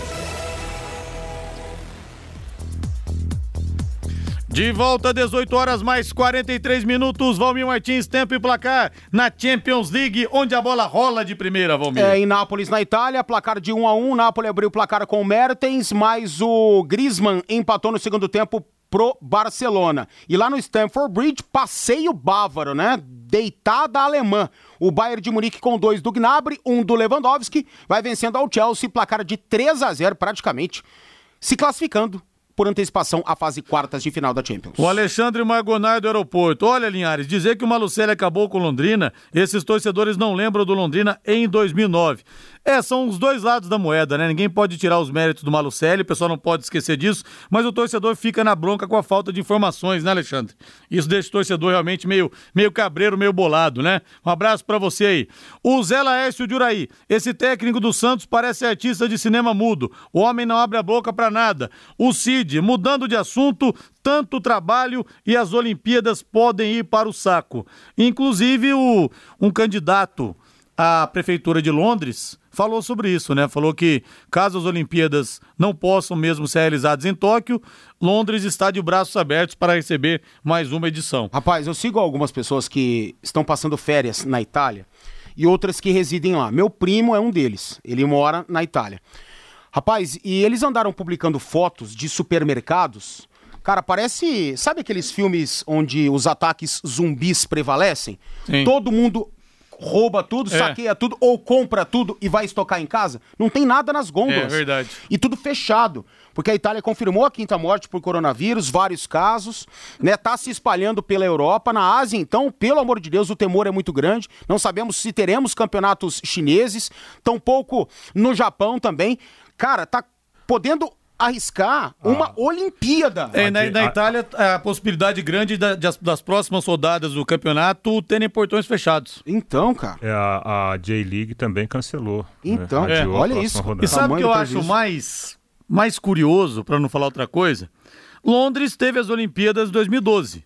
De volta, dezoito horas mais quarenta e três minutos. Valmir Martins, tempo e placar na Champions League, onde a bola rola de primeira, Valmir. É, em Nápoles, na Itália, placar de um a um. Nápoles abriu o placar com o Mertens, mas o Griezmann empatou no segundo tempo pro Barcelona. E lá no Stamford Bridge, passeio bávaro, né? Deitada alemã. O Bayern de Munique com dois do Gnabry, um do Lewandowski, vai vencendo ao Chelsea, placar de três a zero praticamente, se classificando por antecipação à fase quartas de final da Champions. O Alexandre Margonai do aeroporto. Olha, Linhares, dizer que o Malucelli acabou com o Londrina, esses torcedores não lembram do Londrina em dois mil e nove. É, são os dois lados da moeda, né? Ninguém pode tirar os méritos do Malucelli, o pessoal não pode esquecer disso, mas o torcedor fica na bronca com a falta de informações, né, Alexandre? Isso deixa o torcedor realmente meio, meio cabreiro, meio bolado, né? Um abraço pra você aí. O Zé Laércio de Uraí. Esse técnico do Santos parece artista de cinema mudo. O homem não abre a boca pra nada. O Cid, mudando de assunto, tanto trabalho e as Olimpíadas podem ir para o saco. Inclusive, o, um candidato à Prefeitura de Londres falou sobre isso, né? Falou que caso as Olimpíadas não possam mesmo ser realizadas em Tóquio, Londres está de braços abertos para receber mais uma edição. Rapaz, eu sigo algumas pessoas que estão passando férias na Itália e outras que residem lá. Meu primo é um deles, ele mora na Itália. Rapaz, e eles andaram publicando fotos de supermercados. Cara, parece... Sabe aqueles filmes onde os ataques zumbis prevalecem? Sim. Todo mundo rouba tudo, É. saqueia tudo ou compra tudo e vai estocar em casa? Não tem nada nas gôndolas. É verdade. E tudo fechado, porque a Itália confirmou a quinta morte por coronavírus, vários casos, né? Tá se espalhando pela Europa, na Ásia, então, pelo amor de Deus, o temor é muito grande. Não sabemos se teremos campeonatos chineses, tampouco no Japão também. Cara, tá podendo arriscar uma Olimpíada. É, na, na Itália, a possibilidade grande da- das, das próximas rodadas do campeonato terem portões fechados. Então, cara. É, a, a J-League também cancelou. Então, né? é, Adiou a olha próxima isso. rodada. E sabe o Tamanho que eu do acho prejuízo. mais, mais curioso, para não falar outra coisa? Londres teve as Olimpíadas de dois mil e doze.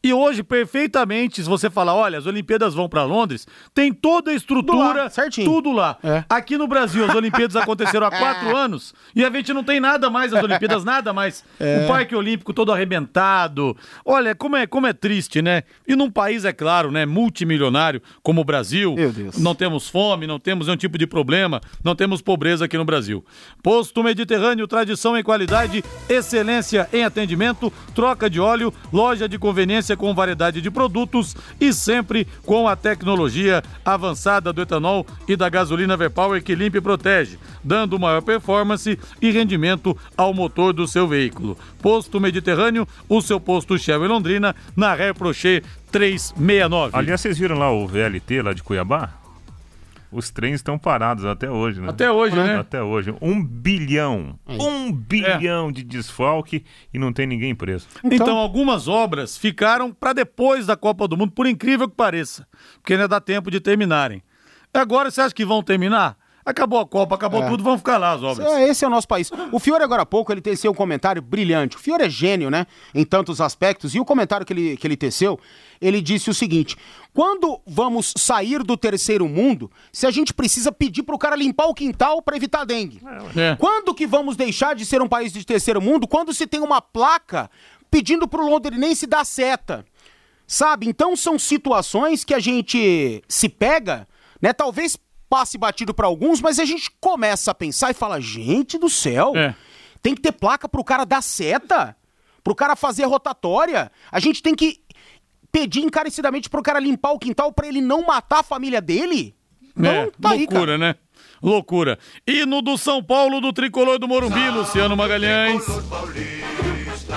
E hoje, perfeitamente, se você falar, olha, as Olimpíadas vão para Londres, tem toda a estrutura, lá, certinho. tudo lá. É. Aqui no Brasil, as Olimpíadas aconteceram há quatro anos e a gente não tem nada mais, as Olimpíadas, nada mais. É. O Parque Olímpico todo arrebentado. Olha, como é, como é triste, né? E num país, é claro, né, multimilionário como o Brasil, Meu Deus. não temos fome, não temos nenhum tipo de problema, não temos pobreza aqui no Brasil. Posto Mediterrâneo, tradição em qualidade, excelência em atendimento, troca de óleo, loja de conveniência com variedade de produtos e sempre com a tecnologia avançada do etanol e da gasolina V-Power que limpa e protege, dando maior performance e rendimento ao motor do seu veículo. Posto Mediterrâneo, o seu posto Shell em Londrina, na Ré Prochet trezentos e sessenta e nove. Aliás, vocês viram lá o V L T lá de Cuiabá? Os trens estão parados até hoje, né? Até hoje, né? Até hoje. Um bilhão. Um bilhão é. de desfalque e não tem ninguém preso. Então, então algumas obras ficaram para depois da Copa do Mundo, por incrível que pareça. Porque ainda dá tempo de terminarem. Agora, você acha que vão terminar? Acabou a Copa, acabou é. tudo, vão ficar lá as obras. É, esse é o nosso país. O Fiore, agora há pouco, ele teceu um comentário brilhante. O Fiore é gênio, né? Em tantos aspectos. E o comentário que ele, que ele teceu, ele disse o seguinte: quando vamos sair do terceiro mundo, se a gente precisa pedir pro cara limpar o quintal para evitar dengue? É. Quando que vamos deixar de ser um país de terceiro mundo? Quando se tem uma placa pedindo pro londrinense dar seta. Sabe? Então são situações que a gente se pega, né? Talvez passe batido pra alguns, mas a gente começa a pensar e fala, gente do céu, é. tem que ter placa pro cara dar seta, pro cara fazer rotatória, a gente tem que pedir encarecidamente pro cara limpar o quintal pra ele não matar a família dele? Então, é, tá loucura, aí, né? Loucura. Hino do São Paulo, do Tricolor do Morumbi, Luciano Magalhães. Paulista,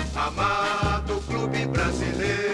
amado clube brasileiro.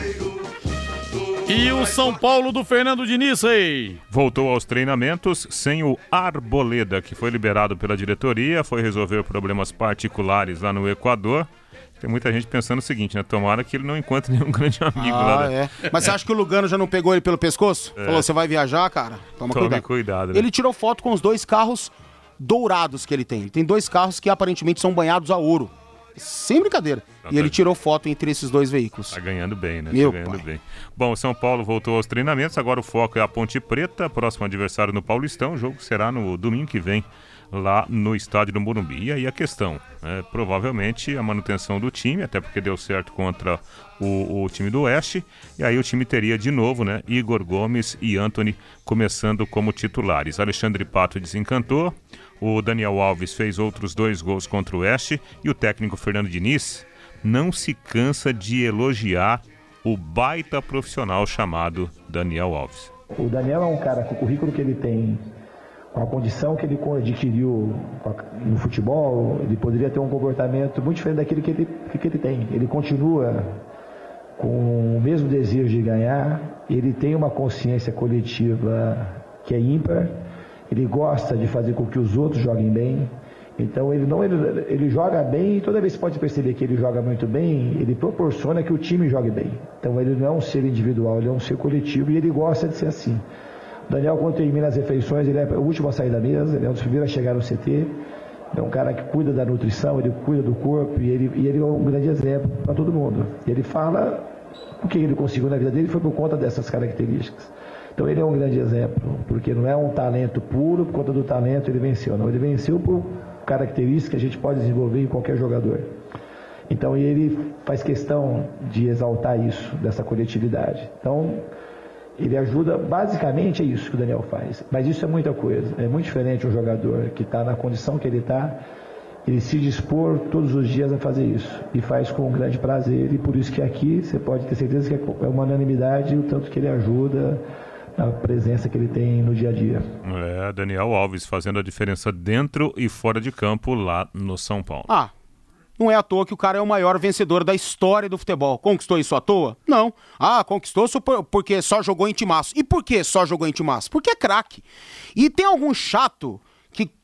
E o São Paulo do Fernando Diniz, aí. Voltou aos treinamentos sem o Arboleda, que foi liberado pela diretoria, foi resolver problemas particulares lá no Equador. Tem muita gente pensando o seguinte, né? Tomara que ele não encontre nenhum grande amigo ah, lá. É. Mas você acha que o Lugano já não pegou ele pelo pescoço? É. Falou, você vai viajar, cara? Toma Tome cuidado. cuidado né? Ele tirou foto com os dois carros dourados que ele tem. Ele tem dois carros que aparentemente são banhados a ouro. Sem brincadeira. Ah, e tá. ele tirou foto entre esses dois veículos. Tá ganhando bem, né? Meu tá ganhando pai. bem. Bom, o São Paulo voltou aos treinamentos, agora o foco é a Ponte Preta, próximo adversário no Paulistão. O jogo será no domingo que vem, lá no estádio do Morumbi. E aí a questão, é, provavelmente a manutenção do time, até porque deu certo contra o, o time do Oeste, e aí o time teria de novo, né, Igor Gomes e Antony começando como titulares. Alexandre Pato desencantou, o Daniel Alves fez outros dois gols contra o Oeste, e o técnico Fernando Diniz não se cansa de elogiar o baita profissional chamado Daniel Alves. O Daniel é um cara com o currículo que ele tem, com a condição que ele adquiriu no futebol, ele poderia ter um comportamento muito diferente daquele que ele, que ele tem. Ele continua com o mesmo desejo de ganhar, ele tem uma consciência coletiva que é ímpar, ele gosta de fazer com que os outros joguem bem. Então ele, não, ele, ele joga bem e toda vez que pode perceber que ele joga muito bem, ele proporciona que o time jogue bem. Então ele não é um ser individual, ele é um ser coletivo e ele gosta de ser assim. O Daniel, quando termina as refeições, ele é o último a sair da mesa, ele é um dos primeiros a chegar no C T. É um cara que cuida da nutrição, ele cuida do corpo e ele, e ele é um grande exemplo para todo mundo. Ele fala o que ele conseguiu na vida dele foi por conta dessas características. Então ele é um grande exemplo, porque não é um talento puro, por conta do talento ele venceu, não. Ele venceu por características que a gente pode desenvolver em qualquer jogador. Então ele faz questão de exaltar isso, dessa coletividade. Então ele ajuda, basicamente é isso que o Daniel faz. Mas isso é muita coisa, é muito diferente um jogador que está na condição que ele está, ele se dispor todos os dias a fazer isso. E faz com um grande prazer, e por isso que aqui você pode ter certeza que é uma unanimidade o tanto que ele ajuda, a presença que ele tem no dia a dia. É, Daniel Alves fazendo a diferença dentro e fora de campo lá no São Paulo. Ah, não é à toa que o cara é o maior vencedor da história do futebol. Conquistou isso à toa? Não. Ah, conquistou porque só jogou em timaço. E por que só jogou em timaço? Porque é craque. E tem algum chato que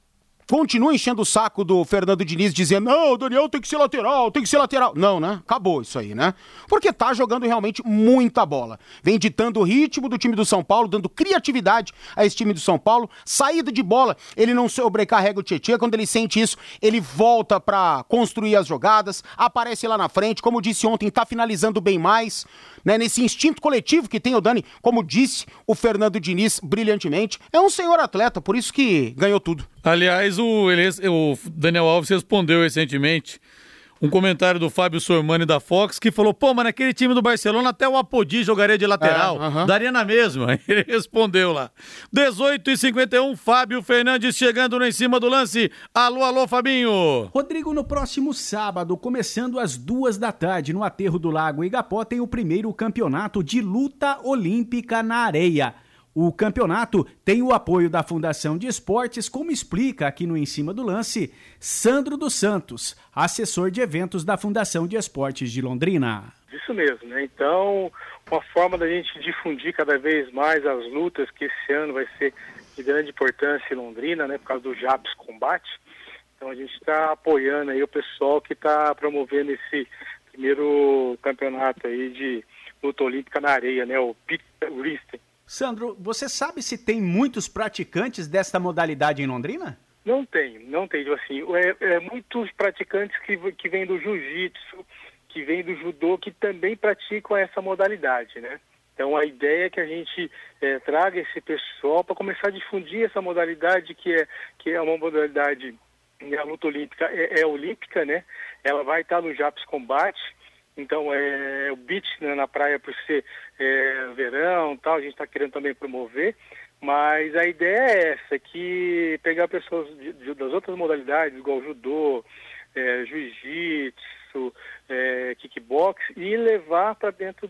continua enchendo o saco do Fernando Diniz, dizendo, não, o Daniel tem que ser lateral, tem que ser lateral. Não, né? Acabou isso aí, né? Porque tá jogando realmente muita bola. Vem ditando o ritmo do time do São Paulo, dando criatividade a esse time do São Paulo. Saída de bola, ele não sobrecarrega o Tietchan. Quando ele sente isso, ele volta pra construir as jogadas, aparece lá na frente. Como disse ontem, tá finalizando bem mais, né? Nesse instinto coletivo que tem o Dani, como disse o Fernando Diniz brilhantemente. É um senhor atleta, por isso que ganhou tudo. Aliás, o, ele, o Daniel Alves respondeu recentemente um comentário do Fábio Sormani da Fox, que falou, pô, mas naquele time do Barcelona até o Apodi jogaria de lateral, é, uh-huh. daria na mesma. Ele respondeu lá. dezoito e cinquenta e um, Fábio Fernandes chegando em cima do lance. Alô, alô, Fabinho. Rodrigo, no próximo sábado, começando às duas da tarde, no Aterro do Lago Igapó, tem o primeiro campeonato de luta olímpica na areia. O campeonato tem o apoio da Fundação de Esportes, como explica aqui no Em Cima do Lance, Sandro dos Santos, assessor de eventos da Fundação de Esportes de Londrina. Isso mesmo, né? Então, uma forma da gente difundir cada vez mais as lutas, que esse ano vai ser de grande importância em Londrina, né? Por causa do JAPS Combate. Então, a gente está apoiando aí o pessoal que está promovendo esse primeiro campeonato aí de luta olímpica na areia, né? O Pit Wrestling. Sandro, você sabe se tem muitos praticantes desta modalidade em Londrina? Não tem, não tem. Assim, é, é muitos praticantes que, que vêm do jiu-jitsu, que vêm do judô, que também praticam essa modalidade, né? Então a ideia é que a gente é, traga esse pessoal para começar a difundir essa modalidade, que é, que é uma modalidade, a luta olímpica é, é olímpica, né? Ela vai estar no JAPS Combate. Então, é, o beach, né, na praia, por ser é, verão e tal, a gente está querendo também promover, mas a ideia é essa, que pegar pessoas de, de, das outras modalidades, igual judô, é, jiu-jitsu, é, kickbox, e levar para dentro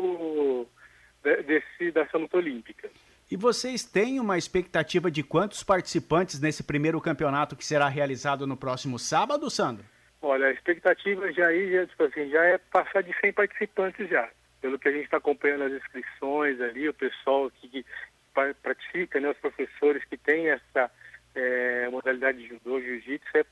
do, desse, dessa luta olímpica. E vocês têm uma expectativa de quantos participantes nesse primeiro campeonato que será realizado no próximo sábado, Sandro? Olha, a expectativa já, aí, já, tipo assim, já é passar de cem participantes já. Pelo que a gente está acompanhando as inscrições ali, o pessoal que, que pratica, né, os professores que têm essa é, modalidade de judô, jiu-jitsu, é,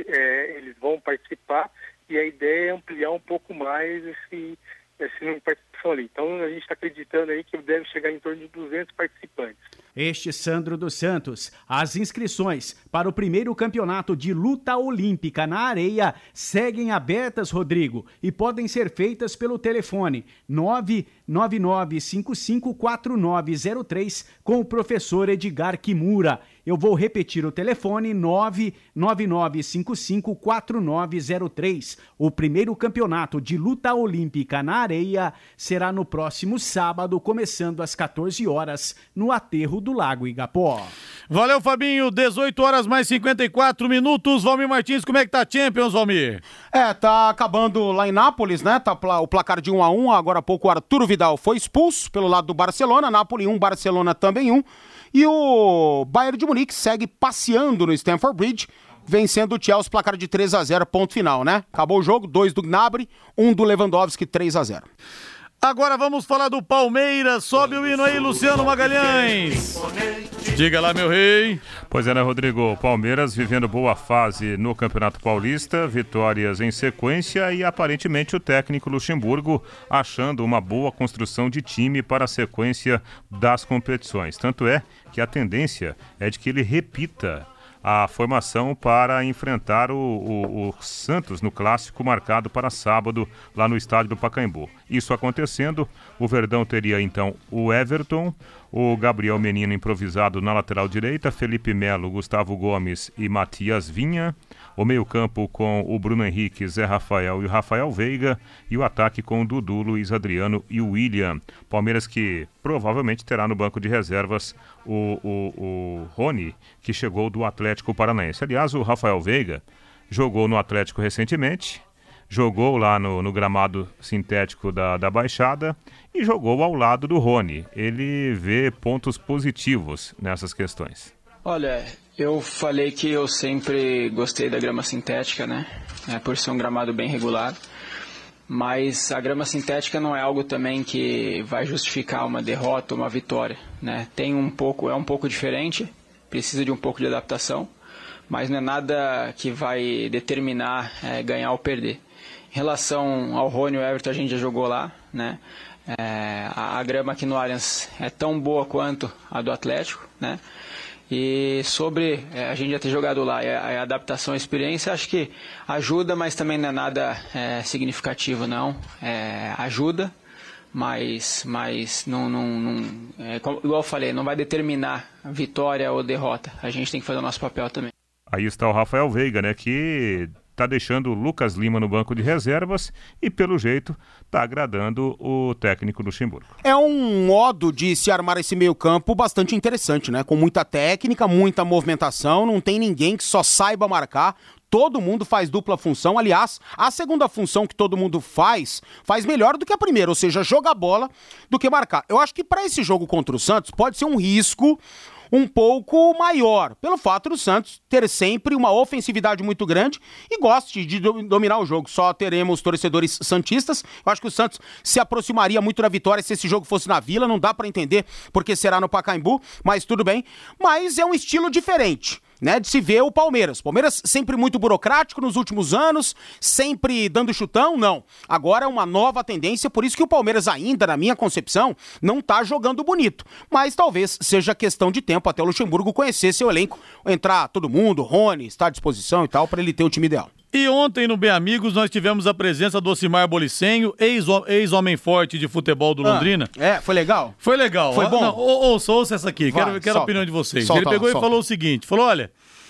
é, eles vão participar e a ideia é ampliar um pouco mais esse, esse número de participação ali. Então a gente está acreditando aí que deve chegar em torno de duzentos participantes. Este Sandro dos Santos. As inscrições para o primeiro campeonato de luta olímpica na areia seguem abertas, Rodrigo, e podem ser feitas pelo telefone nove nove nove cinco cinco quatro nove zero três com o professor Edgar Kimura. Eu vou repetir o telefone nove nove nove cinco cinco quatro nove zero três. O primeiro campeonato de luta olímpica na areia será no próximo sábado, começando às quatorze horas, no Aterro do Lago Igapó. Valeu, Fabinho. dezoito horas mais cinquenta e quatro minutos. Valmir Martins, como é que tá a Champions, Valmir? É, tá acabando lá em Nápoles, né? Tá o placar de um a um. Agora há pouco o Arturo Vidal foi expulso pelo lado do Barcelona. Nápoles um, Barcelona também um. E o Bayern de Munique segue passeando no Stamford Bridge, vencendo o Chelsea, placar de três a zero, ponto final, né? Acabou o jogo, dois do Gnabry, um do Lewandowski, três a zero. Agora vamos falar do Palmeiras. Sobe o hino aí, Luciano Magalhães. Diga lá, meu rei. Pois é, né, Rodrigo? Palmeiras vivendo boa fase no Campeonato Paulista, vitórias em sequência e aparentemente o técnico Luxemburgo achando uma boa construção de time para a sequência das competições. Tanto é que a tendência é de que ele repita a formação para enfrentar o, o, o Santos no clássico marcado para sábado lá no estádio do Pacaembu. Isso acontecendo, o Verdão teria então o Everton, o Gabriel Menino improvisado na lateral direita, Felipe Melo, Gustavo Gomes e Matias Vinha, o meio-campo com o Bruno Henrique, Zé Rafael e o Rafael Veiga, e o ataque com o Dudu, Luiz Adriano e o William. Palmeiras que provavelmente terá no banco de reservas o, o, o Rony, que chegou do Atlético Paranaense. Aliás, o Rafael Veiga jogou no Atlético recentemente, jogou lá no, no gramado sintético da, da Baixada e jogou ao lado do Rony. Ele vê pontos positivos nessas questões. Olha, eu falei que eu sempre gostei da grama sintética, né? É, por ser um gramado bem regular. Mas a grama sintética não é algo também que vai justificar uma derrota ou uma vitória, né? Tem um pouco, é um pouco diferente, precisa de um pouco de adaptação. mas não é nada que vai determinar é, ganhar ou perder. Em relação ao Rony e o Everton, a gente já jogou lá, né? É, a, a grama aqui no Allianz é tão boa quanto a do Atlético, né? E sobre é, a gente já ter jogado lá e a, a adaptação à experiência, acho que ajuda, mas também não é nada é, significativo, não. É, ajuda, mas, mas não, não, não é, como, igual eu falei, não vai determinar vitória ou derrota. A gente tem que fazer o nosso papel também. Aí está o Rafael Veiga, né, que está deixando o Lucas Lima no banco de reservas e, pelo jeito, está agradando o técnico Luxemburgo. É um modo de se armar esse meio-campo bastante interessante, né? Com muita técnica, muita movimentação, não tem ninguém que só saiba marcar. Todo mundo faz dupla função. Aliás, a segunda função que todo mundo faz, faz melhor do que a primeira, ou seja, jogar bola do que marcar. Eu acho que para esse jogo contra o Santos pode ser um risco um pouco maior, pelo fato do Santos ter sempre uma ofensividade muito grande e goste de dominar o jogo. Só teremos torcedores santistas. Eu acho que o Santos se aproximaria muito da vitória se esse jogo fosse na Vila. Não dá para entender porque será no Pacaembu, mas tudo bem. Mas é um estilo diferente, né, de se ver o Palmeiras. Palmeiras sempre muito burocrático nos últimos anos, sempre dando chutão, não. Agora é uma nova tendência, por isso que o Palmeiras ainda, na minha concepção, não tá jogando bonito. Mas talvez seja questão de tempo até o Luxemburgo conhecer seu elenco, entrar todo mundo, Rony, estar à disposição e tal, para ele ter o time ideal. E ontem no Bem Amigos nós tivemos a presença do Ocimar Bolicenho, ex-homem forte de futebol do Londrina. Ah, é, foi legal? Foi legal. Foi bom? Não, ou, ouça, ouça essa aqui, Vai, quero, quero solta. a opinião de vocês. Solta Ele pegou lá, e solta. falou o seguinte, falou, olha,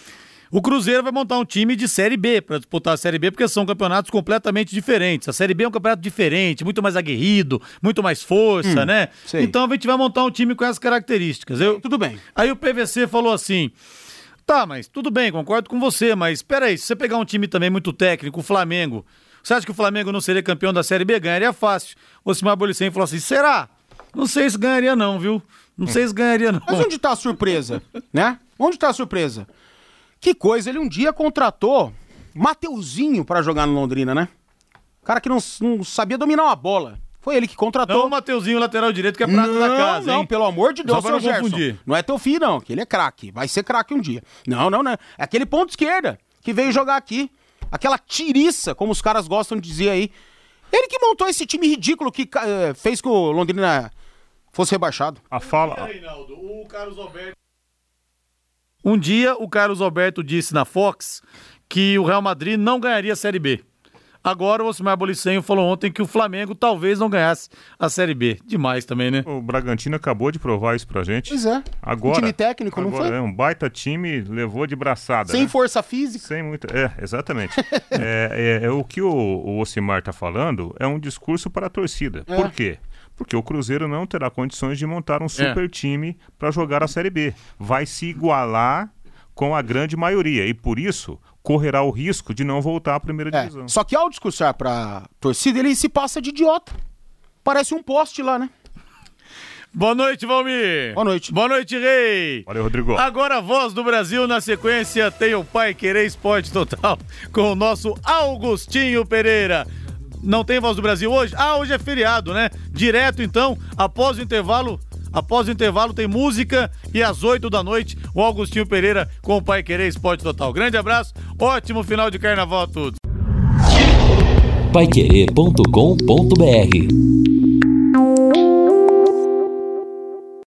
o Cruzeiro vai montar um time de Série B para disputar a Série B, porque são campeonatos completamente diferentes. A Série B é um campeonato diferente, muito mais aguerrido, muito mais força, Hum, né? sei. Então a gente vai montar um time com essas características. Eu, Tudo bem. Aí o P V C falou assim, tá, mas tudo bem, concordo com você, mas peraí, se você pegar um time também muito técnico, o Flamengo, você acha que o Flamengo não seria campeão da Série B? Ganharia fácil. O Ocimar Bolicenho falou assim, será? Não sei se ganharia não, viu? Não sei se ganharia não. Mas onde tá a surpresa, né? Onde tá a surpresa? Que coisa, ele um dia contratou Mateuzinho pra jogar no Londrina, né? Cara que não, não sabia dominar uma bola. Foi ele que contratou. Não o Mateuzinho, lateral direito, que é prata da casa, Não, hein? pelo amor de Deus, Só pra seu não Gerson. confundir. Não é teu filho, não, que ele é craque. Vai ser craque um dia. Não, não, não. É aquele ponto esquerda que veio jogar aqui. Aquela tiriça, como os caras gostam de dizer aí. Ele que montou esse time ridículo que eh, fez que o Londrina fosse rebaixado. A fala... Reinaldo, o Carlos Alberto... Um dia o Carlos Alberto disse na Fox que o Real Madrid não ganharia a Série B. Agora o Ocimar Bolicenho falou ontem que o Flamengo talvez não ganhasse a Série B. Demais também, né? O Bragantino acabou de provar isso pra gente. Pois é. Agora, Um time técnico, não agora, foi? É um baita time, levou de braçada. Sem né? força física. Sem muita... É, exatamente. é, é, é o que o, o Ocimar tá falando é um discurso para a torcida. É. Por quê? Porque o Cruzeiro não terá condições de montar um super É. time para jogar a Série B. Vai se igualar com a grande maioria e por isso correrá o risco de não voltar à primeira É, divisão. só que ao discursar pra torcida, ele se passa de idiota. Parece um poste lá, né? Boa noite, Valmir. Boa noite. Boa noite, Rei. Valeu, Rodrigo. Agora a voz do Brasil, na sequência tem o Pai Querer Esporte Total com o nosso Augustinho Pereira. Não tem voz do Brasil hoje? Ah, hoje é feriado, né? Direto então, após o intervalo, após o intervalo tem música e às oito da noite o Augustinho Pereira com o Pai Querer Esporte Total. Grande abraço, ótimo final de carnaval a todos. paiquerê ponto com ponto br